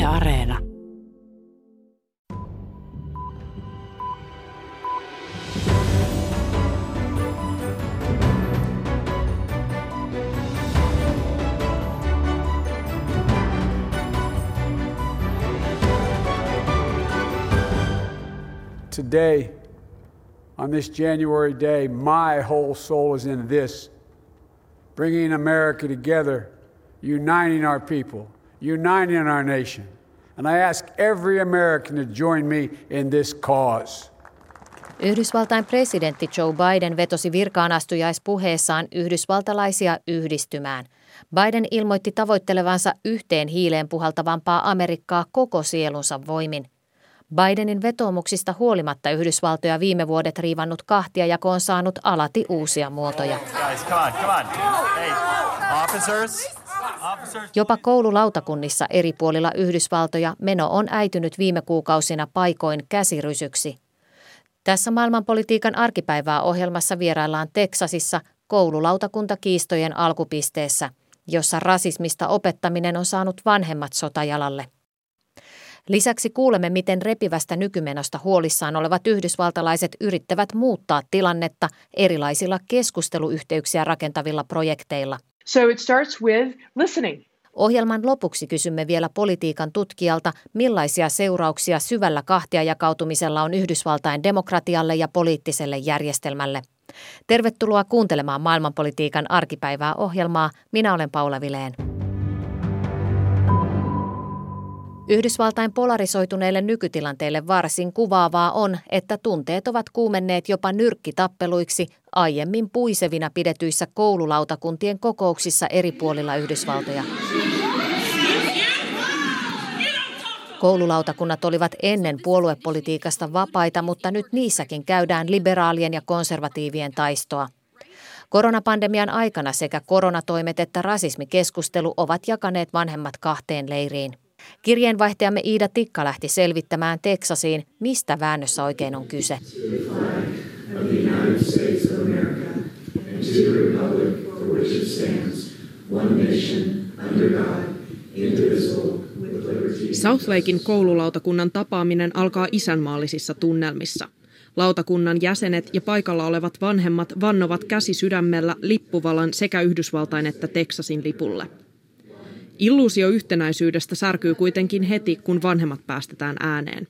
Areena. Today, on this January day, my whole soul is in this, bringing America together, uniting our people, uniting our nation. And I ask every American to join me in this cause. Yhdysvaltain presidentti Joe Biden vetosi virkaanastujaispuheessaan yhdysvaltalaisia yhdistymään. Biden ilmoitti tavoittelevansa yhteen hiileen puhaltavampaa Amerikkaa koko sielunsa voimin. Bidenin vetoomuksista huolimatta Yhdysvaltoja viime vuodet riivannut kahtiajako on saanut alati uusia muotoja. Jopa koululautakunnissa eri puolilla Yhdysvaltoja meno on äitynyt viime kuukausina paikoin käsirysyksi. Tässä maailmanpolitiikan arkipäivää ohjelmassa vieraillaan Teksasissa koululautakuntakiistojen alkupisteessä, jossa rasismista opettaminen on saanut vanhemmat sotajalalle. Lisäksi kuulemme, miten repivästä nykymenosta huolissaan olevat yhdysvaltalaiset yrittävät muuttaa tilannetta erilaisilla keskusteluyhteyksiä rakentavilla projekteilla. So it starts with listening. Ohjelman lopuksi kysymme vielä politiikan tutkijalta, millaisia seurauksia syvällä kahtiajakautumisella on Yhdysvaltain demokratialle ja poliittiselle järjestelmälle. Tervetuloa kuuntelemaan maailmanpolitiikan arkipäivää ohjelmaa. Minä olen Paula Vilén. Yhdysvaltain polarisoituneille nykytilanteille varsin kuvaavaa on, että tunteet ovat kuumenneet jopa nyrkkitappeluiksi aiemmin puisevina pidetyissä koululautakuntien kokouksissa eri puolilla Yhdysvaltoja. Koululautakunnat olivat ennen puoluepolitiikasta vapaita, mutta nyt niissäkin käydään liberaalien ja konservatiivien taistoa. Koronapandemian aikana sekä koronatoimet että rasismikeskustelu ovat jakaneet vanhemmat kahteen leiriin. Kirjeenvaihtajamme Iida Tikka lähti selvittämään Teksasiin, mistä väännössä oikein on kyse. Southlaken koululautakunnan tapaaminen alkaa isänmaallisissa tunnelmissa. Lautakunnan jäsenet ja paikalla olevat vanhemmat vannovat käsi sydämellä lippuvalan sekä Yhdysvaltain että Teksasin lipulle. Illuusio yhtenäisyydestä särkyy kuitenkin heti, kun vanhemmat päästetään ääneen.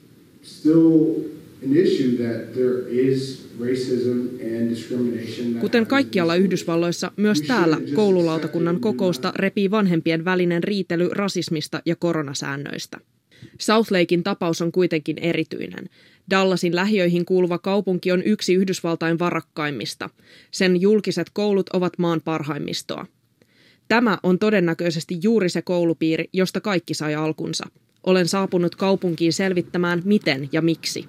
Kuten kaikkialla Yhdysvalloissa, myös täällä koululautakunnan kokousta repii vanhempien välinen riitely rasismista ja koronasäännöistä. Southlaken tapaus on kuitenkin erityinen. Dallasin lähiöihin kuuluva kaupunki on yksi Yhdysvaltain varakkaimmista. Sen julkiset koulut ovat maan parhaimmistoa. Tämä on todennäköisesti juuri se koulupiiri, josta kaikki sai alkunsa. Olen saapunut kaupunkiin selvittämään, miten ja miksi.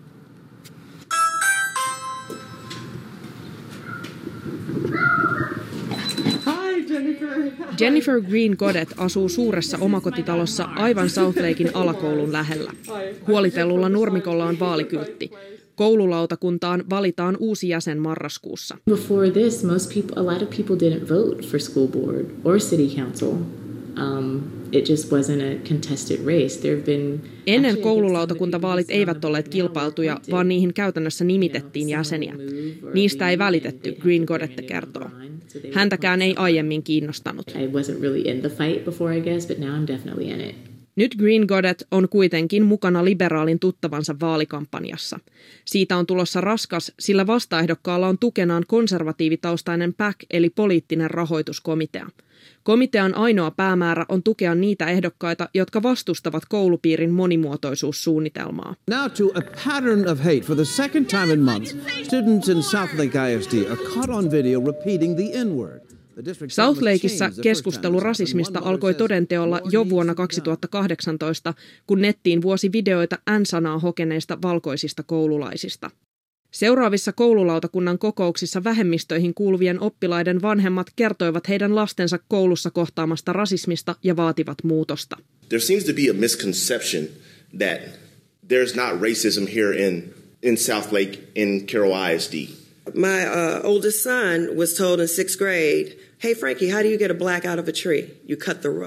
Jennifer Green Godet asuu suuressa omakotitalossa aivan Southlaken alakoulun lähellä. Huolitellulla nurmikolla on vaalikyltti. Koululautakuntaan valitaan uusi jäsen marraskuussa. Before this, a lot of people didn't vote for school board or city council. It just wasn't a contested race. Ennen koululautakuntavaalit eivät olleet kilpailtuja, vaan niihin käytännössä nimitettiin jäseniä. Niistä ei välitetty, Green Godette kertoo. Häntäkään ei aiemmin kiinnostanut. I wasn't really in the fight before, I guess, but now I'm definitely in it. Nyt Green Godet on kuitenkin mukana liberaalin tuttavansa vaalikampanjassa. Siitä on tulossa raskas, sillä vastaehdokkaalla on tukenaan konservatiivitaustainen PAC eli poliittinen rahoituskomitea. Komitean ainoa päämäärä on tukea niitä ehdokkaita, jotka vastustavat koulupiirin monimuotoisuussuunnitelmaa. Now to a pattern of hate. For the second time in months, students in Southlake ISD are caught on video repeating the N-word. Southlakeissa keskustelu rasismista alkoi todenteolla jo vuonna 2018, kun nettiin vuosi videoita N-sanaa hokeneista valkoisista koululaisista. Seuraavissa koululautakunnan kokouksissa vähemmistöihin kuuluvien oppilaiden vanhemmat kertoivat heidän lastensa koulussa kohtaamasta rasismista ja vaativat muutosta. There seems to be a misconception that there's not racism here in Southlake in Carroll ISD. My oldest son was told in 6th grade, "Hey Frankie, how do you get a black out of a tree? You cut the rope."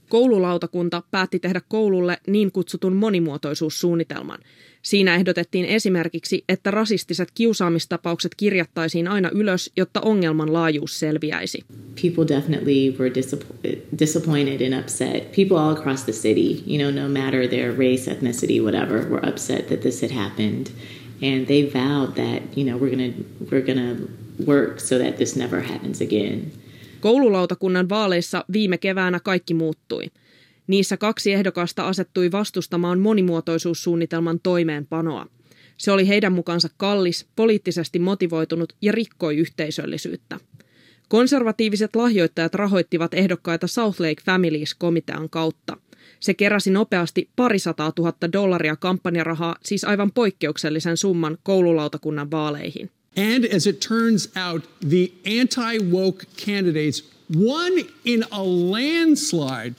Koululautakunta päätti tehdä koululle niin kutsutun monimuotoisuussuunnitelman. Siinä ehdotettiin esimerkiksi, että rasistiset kiusaamistapaukset kirjattaisiin aina ylös, jotta ongelman laajuus selviäisi. People definitely were disappointed and upset. People all across the city, no matter their race, ethnicity, whatever, were upset that this had happened. And they vowed that, we're gonna work so that this never happens again. Koululautakunnan vaaleissa viime keväänä kaikki muuttui. Niissä 2 ehdokasta asettui vastustamaan monimuotoisuussuunnitelman toimeenpanoa. Se oli heidän mukaansa kallis, poliittisesti motivoitunut ja rikkoi yhteisöllisyyttä. Konservatiiviset lahjoittajat rahoittivat ehdokkaita South Lake Families-komitean kautta. Se keräsi nopeasti $200,000 kampanjarahaa, siis aivan poikkeuksellisen summan koululautakunnan vaaleihin. And as it turns out, the anti-woke candidates won in a landslide.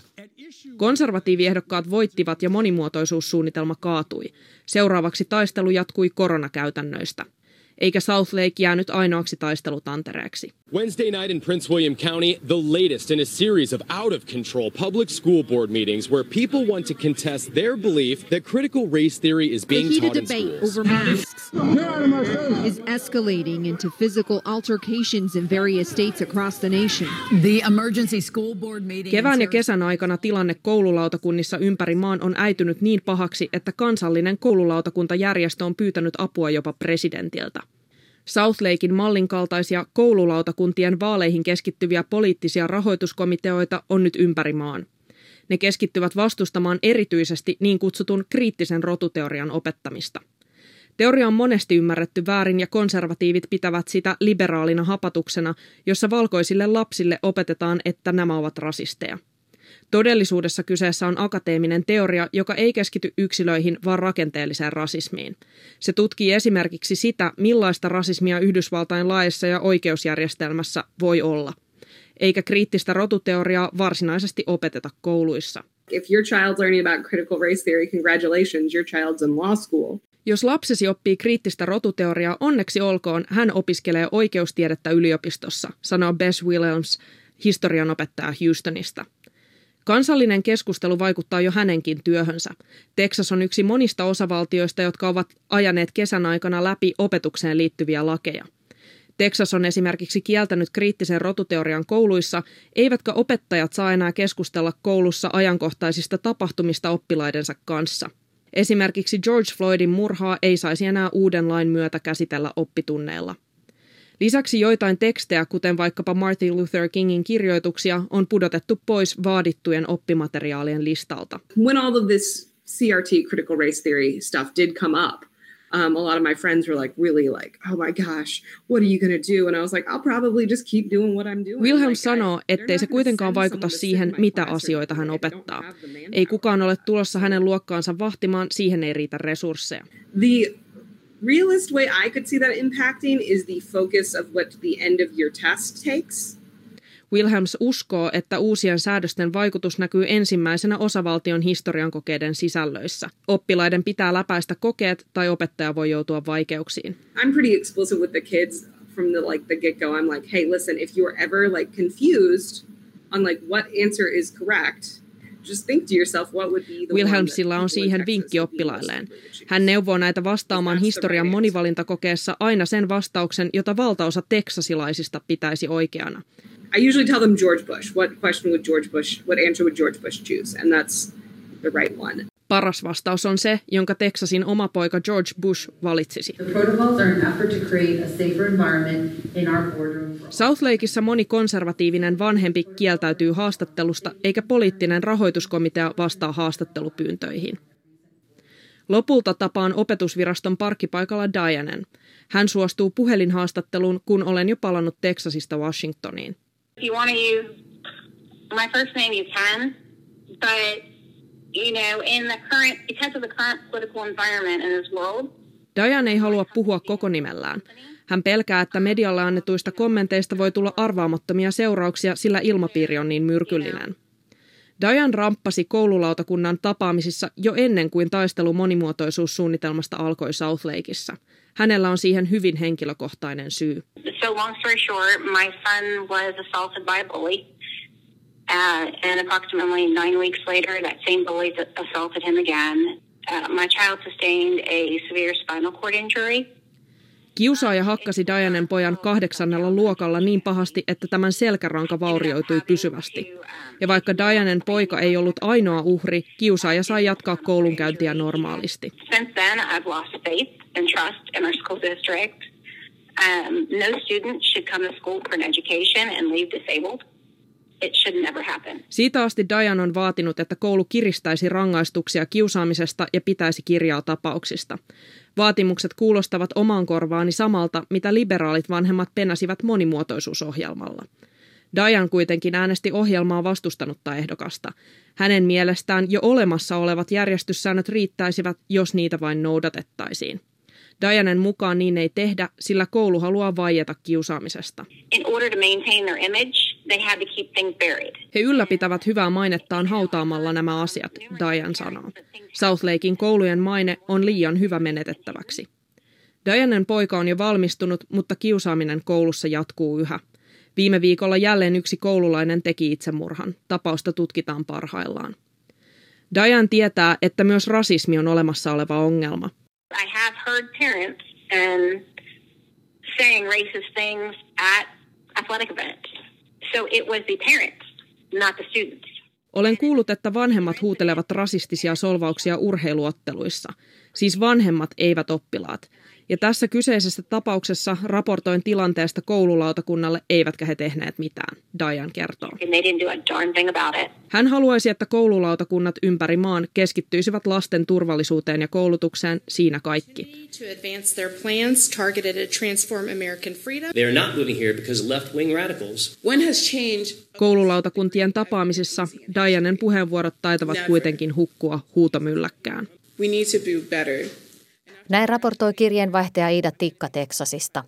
Konservatiiviehdokkaat voittivat ja monimuotoisuussuunnitelma kaatui. Seuraavaksi taistelu jatkui koronakäytännöistä. Eikä South Lake jäänyt ainoaksi taistelutantereeksi. Wednesday night in Prince William County, the latest in a series of out-of-control public school board meetings where people want to contest their belief that critical race theory is being taught in schools. The heated debate over masks is escalating into physical altercations in various states across the nation. The emergency school board meeting. Kevään ja kesän aikana tilanne koululautakunnissa ympäri maan on äitynyt niin pahaksi, että kansallinen koululautakuntajärjestö on pyytänyt apua jopa presidentiltä. South Lakein mallin kaltaisia koululautakuntien vaaleihin keskittyviä poliittisia rahoituskomiteoita on nyt ympäri maan. Ne keskittyvät vastustamaan erityisesti niin kutsutun kriittisen rotuteorian opettamista. Teoria on monesti ymmärretty väärin ja konservatiivit pitävät sitä liberaalina hapatuksena, jossa valkoisille lapsille opetetaan, että nämä ovat rasisteja. Todellisuudessa kyseessä on akateeminen teoria, joka ei keskity yksilöihin, vaan rakenteelliseen rasismiin. Se tutkii esimerkiksi sitä, millaista rasismia Yhdysvaltain laissa ja oikeusjärjestelmässä voi olla. Eikä kriittistä rotuteoriaa varsinaisesti opeteta kouluissa. If your child's learning about critical race theory, congratulations, your child's in law school. Jos lapsesi oppii kriittistä rotuteoriaa, onneksi olkoon, hän opiskelee oikeustiedettä yliopistossa, sanoo Bess Williams, historianopettaja Houstonista. Kansallinen keskustelu vaikuttaa jo hänenkin työhönsä. Texas on yksi monista osavaltioista, jotka ovat ajaneet kesän aikana läpi opetukseen liittyviä lakeja. Texas on esimerkiksi kieltänyt kriittisen rotuteorian kouluissa, eivätkä opettajat saa enää keskustella koulussa ajankohtaisista tapahtumista oppilaidensa kanssa. Esimerkiksi George Floydin murhaa ei saisi enää uuden lain myötä käsitellä oppitunneilla. Lisäksi joitain tekstejä, kuten vaikkapa Martin Luther Kingin kirjoituksia, on pudotettu pois vaadittujen oppimateriaalien listalta. When all of this CRT, critical race theory stuff did come up, a lot of my friends were really oh my gosh, what are you going to do? And I was like, I'll probably just keep doing what I'm doing. Wilhelm sanoo, ettei se kuitenkaan vaikuta siihen, mitä asioita hän opettaa. Ei kukaan ole tulossa hänen luokkaansa vahtimaan, siihen ei riitä resursseja. The realist way I could see that impacting is the focus of what the end of year test takes. Wilhelms uskoo, että uusien säädösten vaikutus näkyy ensimmäisenä osavaltion historian kokeiden sisällöissä. Oppilaiden pitää läpäistä kokeet tai opettaja voi joutua vaikeuksiin. I'm pretty explicit with the kids from the get-go. I'm like, hey, listen, if you're ever confused on what answer is correct, just think to yourself what would be the Wilhelmsilla on siihen vinkki oppilailleen. Hän neuvoo näitä vastaamaan historian monivalintakokeessa aina sen vastauksen, jota valtaosa teksasilaisista pitäisi oikeana. I usually tell them George Bush. What answer would George Bush choose? And that's the right one. Paras vastaus on se, jonka Texasin oma poika George Bush valitsisi. South Lakeissa moni konservatiivinen vanhempi kieltäytyy haastattelusta, eikä poliittinen rahoituskomitea vastaa haastattelupyyntöihin. Lopulta tapaan opetusviraston parkkipaikalla Dianen. Hän suostuu puhelinhaastatteluun, kun olen jo palannut Texasista Washingtoniin. If you want to use my first name, you can, but because of the current political environment in this world. Diane ei halua puhua koko nimellään. Hän pelkää, että medialle annetuista kommenteista voi tulla arvaamattomia seurauksia, sillä ilmapiiri on niin myrkyllinen. Diane ramppasi koululautakunnan tapaamisissa jo ennen kuin taistelu monimuotoisuussuunnitelmasta alkoi South Lakeissa. Hänellä on siihen hyvin henkilökohtainen syy. So long story short, my son was assaulted by a bully And approximately 9 weeks later, that same bully assaulted him again. My child sustained a severe spinal cord injury. Kiusaaja hakkasi Dianen pojan 8. luokalla niin pahasti, että tämän selkäranka vaurioitui pysyvästi. Ja vaikka Dianen poika ei ollut ainoa uhri, kiusaaja sai jatkaa koulunkäyntiä normaalisti. Since then, I've lost faith and trust in our school district. No student should come to school for an education and leave disabled. It should never happen. Siitä asti Diane on vaatinut, että koulu kiristäisi rangaistuksia kiusaamisesta ja pitäisi kirjaa tapauksista. Vaatimukset kuulostavat omaan korvaani samalta, mitä liberaalit vanhemmat penäsivät monimuotoisuusohjelmalla. Diane kuitenkin äänesti ohjelmaa vastustanutta ehdokasta. Hänen mielestään jo olemassa olevat järjestyssäännöt riittäisivät, jos niitä vain noudatettaisiin. Dianen mukaan niin ei tehdä, sillä koulu haluaa vaieta kiusaamisesta. In order to maintain their image, they had to keep things buried. He ylläpitävät hyvää mainettaan hautaamalla nämä asiat, Diane sanoo. Southlakein koulujen maine on liian hyvä menetettäväksi. Dianen poika on jo valmistunut, mutta kiusaaminen koulussa jatkuu yhä. Viime viikolla jälleen yksi koululainen teki itsemurhan. Tapausta tutkitaan parhaillaan. Diane tietää, että myös rasismi on olemassa oleva ongelma. I have heard parents saying racist things at athletic events. So it was the parents, not the students. Olen kuullut, että vanhemmat huutelevat rasistisia solvauksia urheiluotteluissa. Siis vanhemmat, eivät oppilaat. Ja tässä kyseisessä tapauksessa raportoin tilanteesta koululautakunnalle, eivätkä he tehneet mitään, Diane kertoo. Hän haluaisi, että koululautakunnat ympäri maan keskittyisivät lasten turvallisuuteen ja koulutukseen, siinä kaikki. Koululautakuntien tapaamisissa Dianen puheenvuorot taitavat kuitenkin hukkua huutomylläkkään. We need to do better. Näin raportoi kirjeenvaihtaja Iida Tikka Teksasista.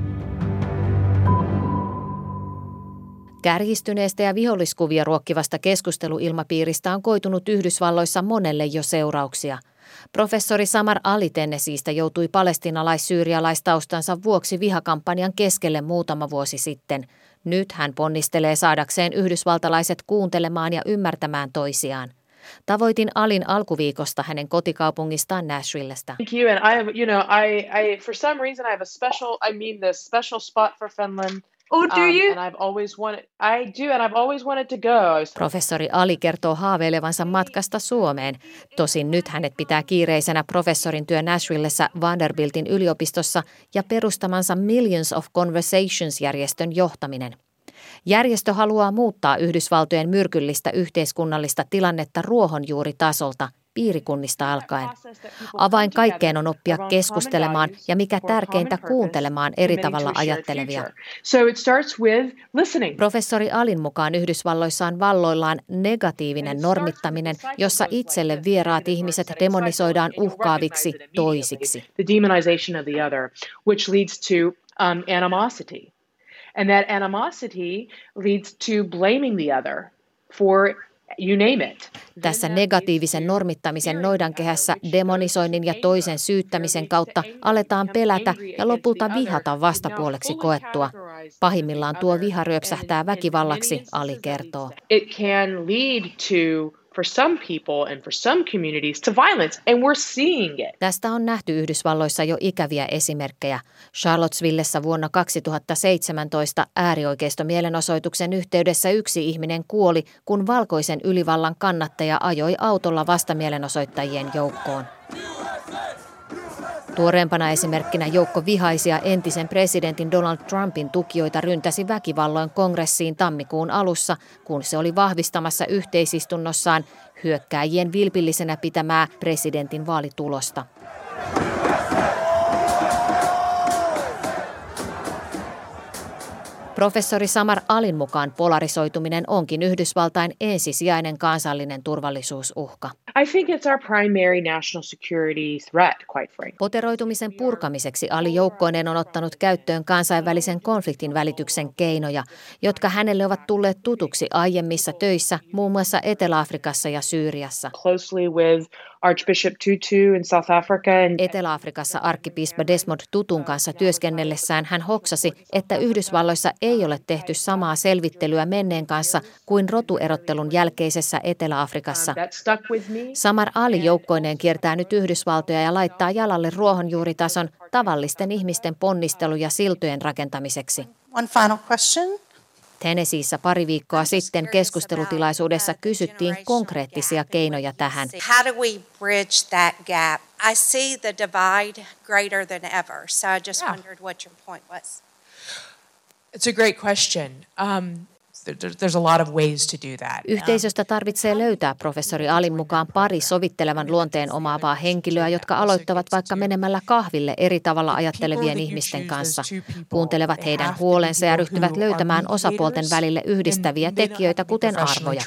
Kärjistyneestä ja viholliskuvia ruokkivasta keskusteluilmapiiristä on koitunut Yhdysvalloissa monelle jo seurauksia. Professori Samar Ali Tennesseeistä joutui palestiinalais-syyrialaistaustansa vuoksi vihakampanjan keskelle muutama vuosi sitten. Nyt hän ponnistelee saadakseen yhdysvaltalaiset kuuntelemaan ja ymmärtämään toisiaan. Tavoitin Alin alkuviikosta hänen kotikaupungistaan Nashvillestä. Thank you, and I have, I for some reason I have a special spot for Finland. Oh, do you? And I've always wanted to go. Professori Ali kertoo haaveilevansa matkasta Suomeen. Tosin nyt hänet pitää kiireisenä professorin työ Nashvillessä Vanderbiltin yliopistossa ja perustamansa Millions of Conversations-järjestön johtaminen. Järjestö haluaa muuttaa Yhdysvaltojen myrkyllistä yhteiskunnallista tilannetta ruohonjuuritasolta, piirikunnista alkaen. Avain kaikkeen on oppia keskustelemaan ja mikä tärkeintä kuuntelemaan eri tavalla ajattelevia. Professori Alin mukaan Yhdysvalloissa on valloillaan negatiivinen normittaminen, jossa itselle vieraat ihmiset demonisoidaan uhkaaviksi toisiksi. The demonization of the other, which leads to animosity. And that animosity leads to blaming the other for you name it. Tässä negatiivisen normittamisen noidankehässä demonisoinnin ja toisen syyttämisen kautta aletaan pelätä ja lopulta vihata vastapuoleksi koettua. Pahimmillaan tuo viha ryöpsähtää väkivallaksi, Ali kertoo. It can lead to for some people and for some communities to violence, and we're seeing it. Tästä on nähty Yhdysvalloissa jo ikäviä esimerkkejä. Charlottesvillessä vuonna 2017 äärioikeistomielenosoituksen yhteydessä yksi ihminen kuoli, kun valkoisen ylivallan kannattaja ajoi autolla vastamielenosoittajien joukkoon. Tuoreempana esimerkkinä joukko vihaisia entisen presidentin Donald Trumpin tukijoita ryntäsi väkivalloin kongressiin tammikuun alussa, kun se oli vahvistamassa yhteisistunnossaan hyökkääjien vilpillisenä pitämää presidentin vaalitulosta. Professori Samar Alin mukaan polarisoituminen onkin Yhdysvaltain ensisijainen kansallinen turvallisuusuhka. I think it's our primary national security threat, quite frankly. Poteroitumisen purkamiseksi Ali joukkoineen on ottanut käyttöön kansainvälisen konfliktin välityksen keinoja, jotka hänelle ovat tulleet tutuksi aiemmissa töissä, muun muassa Etelä-Afrikassa ja Syyriassa. Closely with Archbishop Tutu in South Africa. Etelä-Afrikassa arkkipiispa Desmond Tutun kanssa työskennellessään hän hoksasi, että Yhdysvalloissa ei ole tehty samaa selvittelyä menneen kanssa kuin rotuerottelun jälkeisessä Etelä-Afrikassa. Samar Ali joukkoineen kiertää nyt Yhdysvaltoja ja laittaa jalalle ruohonjuuritason tavallisten ihmisten ponnisteluja siltojen rakentamiseksi. One final question. Tennesseeissä pari viikkoa sitten keskustelutilaisuudessa kysyttiin konkreettisia keinoja tähän. How do we bridge that gap? I see the divide greater than ever, so I just wondered what your point was. It's a great question. There's a lot of ways to do that. Yhteisöstä tarvitsee löytää professori Alin mukaan pari sovittelevan luonteen omaavaa henkilöä, jotka aloittavat vaikka menemällä kahville eri tavalla ajattelevien ihmisten kanssa, kuuntelevat heidän huolensa ja ryhtyvät löytämään osapuolten välille yhdistäviä tekijöitä, kuten arvoja.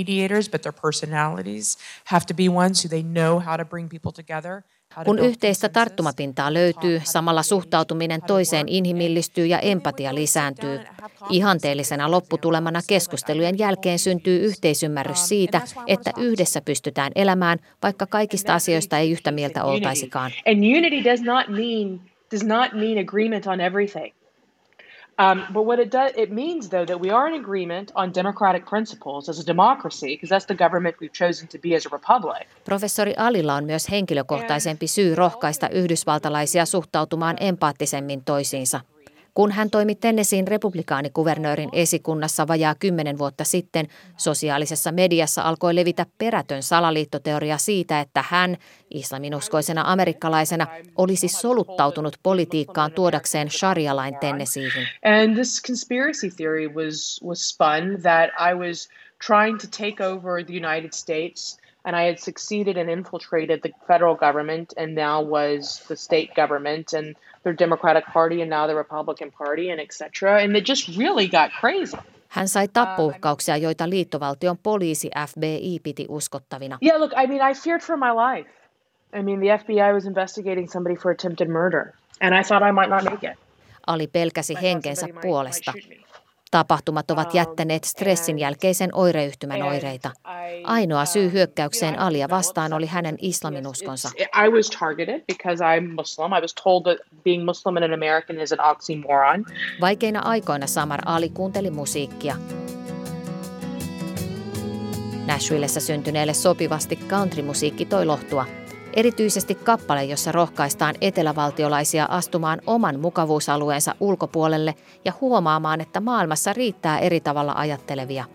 Kun yhteistä tarttumapintaa löytyy, samalla suhtautuminen toiseen inhimillistyy ja empatia lisääntyy. Ihanteellisena lopputulemana keskustelujen jälkeen syntyy yhteisymmärrys siitä, että yhdessä pystytään elämään, vaikka kaikista asioista ei yhtä mieltä oltaisikaan. And unity does not mean agreement on everything. But what it means, though, that we are in agreement on democratic principles as a democracy, because that's the government we've chosen to be as a republic. Professori Alilla on myös henkilökohtaisempi syy rohkaista yhdysvaltalaisia suhtautumaan empaattisemmin toisiinsa. Kun hän toimi Tennesseein republikaanikuvernöörin esikunnassa vajaa 10 vuotta sitten, sosiaalisessa mediassa alkoi levitä perätön salaliittoteoria siitä, että hän, islaminuskoisena amerikkalaisena, olisi soluttautunut politiikkaan tuodakseen sharia-lain Tennesseeihin. And this conspiracy theory was spun that I was trying to take over the United States and I had succeeded and infiltrated the federal government and now was the state government and the Democratic Party and now the Republican Party and etc. And it just really got crazy. Hän sai tappouhkauksia, joita liittovaltion poliisi FBI piti uskottavina. Yeah, look, I mean, I feared for my life. I mean, the FBI was investigating somebody for attempted murder and I thought I might not make it. Ali pelkäsi henkensä puolesta. Tapahtumat ovat jättäneet stressin jälkeisen oireyhtymän oireita. Ainoa syy hyökkäykseen Alia vastaan oli hänen islaminuskonsa. I was targeted because I'm Muslim. I was told that being Muslim and an American is an oxymoron. Vaikeina aikoina Samar Ali kuunteli musiikkia. Nashvillessä syntyneelle sopivasti countrymusiikki toi lohtua. Erityisesti kappale, jossa rohkaistaan etelävaltiolaisia astumaan oman mukavuusalueensa ulkopuolelle ja huomaamaan, että maailmassa riittää eri tavalla ajattelevia.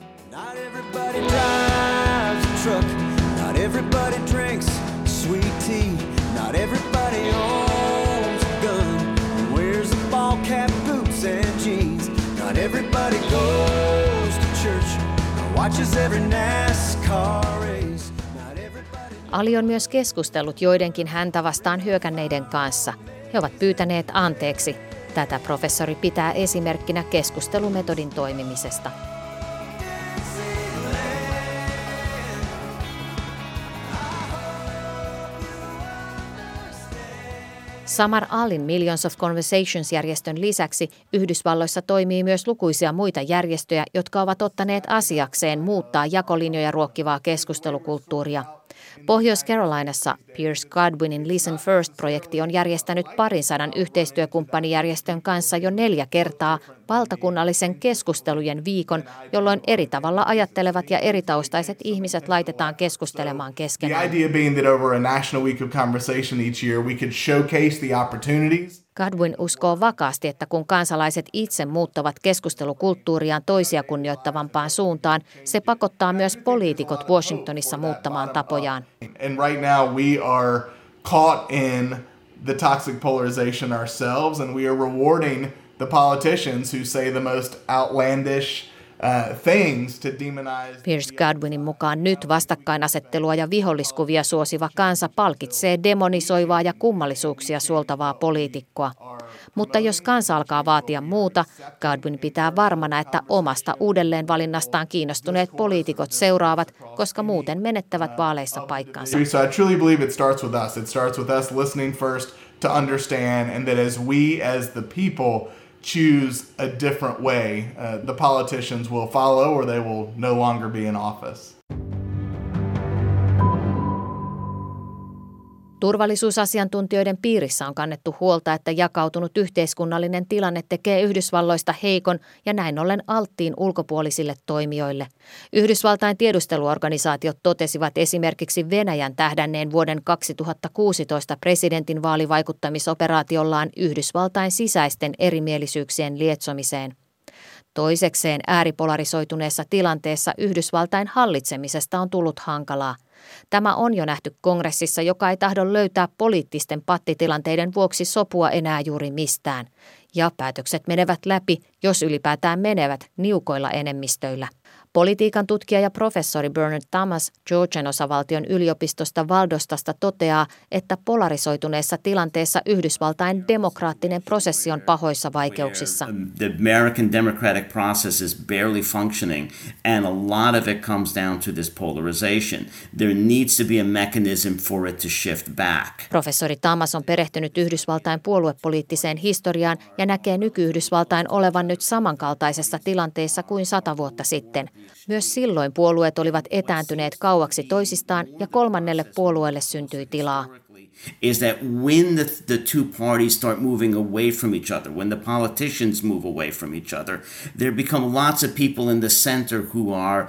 Ali on myös keskustellut joidenkin häntä vastaan hyökänneiden kanssa. He ovat pyytäneet anteeksi. Tätä professori pitää esimerkkinä keskustelumetodin toimimisesta. Samar Alin Millions of Conversations-järjestön lisäksi Yhdysvalloissa toimii myös lukuisia muita järjestöjä, jotka ovat ottaneet asiakseen muuttaa jakolinjoja ruokkivaa keskustelukulttuuria. Pohjois-Carolinassa Pierce Godwinin Listen First-projekti on järjestänyt 200 yhteistyökumppanijärjestön kanssa jo 4 kertaa valtakunnallisen keskustelujen viikon, jolloin eri tavalla ajattelevat ja eri taustaiset ihmiset laitetaan keskustelemaan keskenään. The idea being that over a national week of conversation each year we could showcase the opportunities. Godwin uskoo vakaasti, että kun kansalaiset itse muuttavat keskustelukulttuuriaan toisia kunnioittavampaan suuntaan, se pakottaa myös poliitikot Washingtonissa muuttamaan tapojaan. And right now we are caught in the toxic polarization ourselves and we are rewarding the politicians who say the most outlandish things to demonize. Pierce Godwinin mukaan nyt vastakkainasettelua ja viholliskuvia suosiva kansa palkitsee demonisoivaa ja kummallisuuksia suoltavaa poliitikkoa. Mutta jos kansa alkaa vaatia muuta, Godwin pitää varmana, että omasta uudelleenvalinnastaan kiinnostuneet poliitikot seuraavat, koska muuten menettävät vaaleissa paikkansa. So I truly believe it starts with us. It starts with us listening first to understand and that as we as the people choose a different way, the politicians will follow or they will no longer be in office. Turvallisuusasiantuntijoiden piirissä on kannettu huolta, että jakautunut yhteiskunnallinen tilanne tekee Yhdysvalloista heikon ja näin ollen alttiin ulkopuolisille toimijoille. Yhdysvaltain tiedusteluorganisaatiot totesivat esimerkiksi Venäjän tähdänneen vuoden 2016 presidentin vaalivaikuttamisoperaatiollaan Yhdysvaltain sisäisten erimielisyyksien lietsomiseen. Toisekseen ääripolarisoituneessa tilanteessa Yhdysvaltain hallitsemisesta on tullut hankalaa. Tämä on jo nähty kongressissa, joka ei tahdo löytää poliittisten pattitilanteiden vuoksi sopua enää juuri mistään. Ja päätökset menevät läpi, jos ylipäätään menevät, niukoilla enemmistöillä. Politiikan tutkija ja professori Bernard Thomas Georgian osavaltion yliopistosta Valdostasta toteaa, että polarisoituneessa tilanteessa Yhdysvaltain demokraattinen prosessi on pahoissa vaikeuksissa. The American democratic process is barely functioning and a lot of it comes down to this polarization. There needs to be a mechanism for it to shift back. Professori Thomas on perehtynyt Yhdysvaltain puoluepoliittiseen historiaan ja näkee nyky-Yhdysvaltain olevan nyt samankaltaisessa tilanteessa kuin 100 vuotta sitten. Myös silloin puolueet olivat etääntyneet kauaksi toisistaan ja kolmannelle puolueelle syntyi tilaa. Is that when the two parties start moving away from each other, when the politicians move away from each other, there become lots of people in the center who are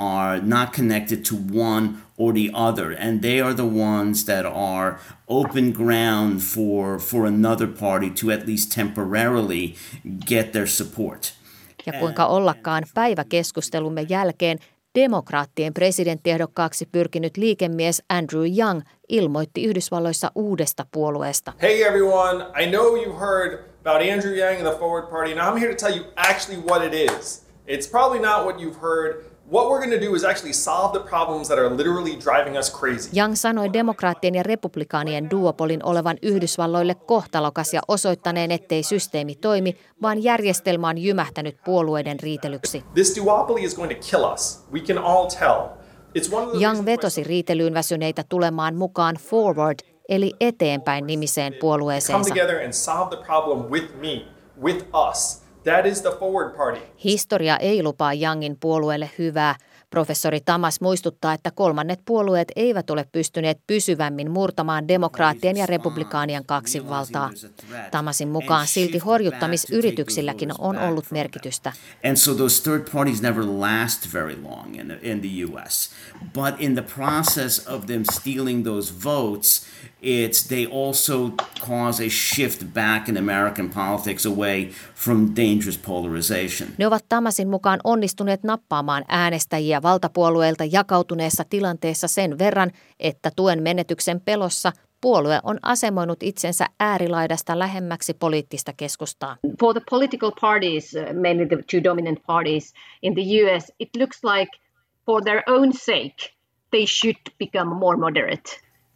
not connected to one or the other, and they are the ones that are open ground for another party to at least temporarily get their support. Ja kuinka ollakaan päiväkeskustelumme jälkeen demokraattien presidenttiehdokkaaksi pyrkinyt liikemies Andrew Young ilmoitti Yhdysvalloissa uudesta puolueesta. Hey everyone, I know you heard about Andrew Yang and the Forward Party, and I'm here to tell you actually what it is. It's probably not what you've heard. What we're going to do is actually solve the problems that are literally driving us crazy. Young sanoi demokraattien ja republikaanien duopolin olevan Yhdysvalloille kohtalokas ja osoittaneen, ettei systeemi toimi, vaan järjestelmä on jymähtänyt puolueiden riitelyksi. This duopoly is going to kill us. We can all tell. Young vetosi riitelyyn väsyneitä tulemaan mukaan Forward, eli eteenpäin nimiseen puolueeseensa. Come together and solve the problem with me, with us. That is the Forward Party. Historia ei lupaa Youngin puolueelle hyvää. Professori Thomas muistuttaa, että kolmannet puolueet eivät ole pystyneet pysyvämmin murtamaan demokraattien ja republikaanien kaksinvaltaa. Thomasin mukaan silti horjuttamisyrityksilläkin on ollut merkitystä. And so those third parties never last very long in the US. But in the process of them stealing those votes, they also cause a shift back in American politics away from dangerous polarization. Ne ovat Thomasin mukaan onnistuneet nappaamaan äänestäjiä valtapuolueilta jakautuneessa tilanteessa sen verran, että tuen menetyksen pelossa puolue on asemoinut itsensä äärilaidasta lähemmäksi poliittista keskustaa. For the political parties, mainly the two dominant parties in the US, it looks like for their own sake they should become more moderate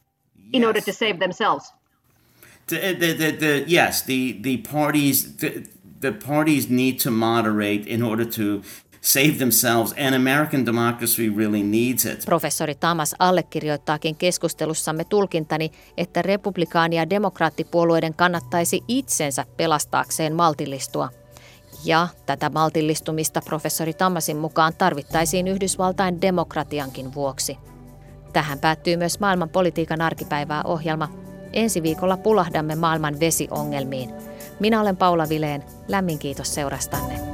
in order to save themselves. The parties need to moderate in order to save themselves, and American democracy really needs it. Professori Thomas allekirjoittaakin keskustelussamme tulkintani, että republikaani- ja demokraattipuolueiden kannattaisi itsensä pelastaakseen maltillistua. Ja tätä maltillistumista professori Thomasin mukaan tarvittaisiin Yhdysvaltain demokratiankin vuoksi. Tähän päättyy myös maailman politiikan arkipäivää -ohjelma. Ensi viikolla pulahdamme maailman vesiongelmiin. Minä olen Paula Vilén. Lämmin kiitos seurastanne.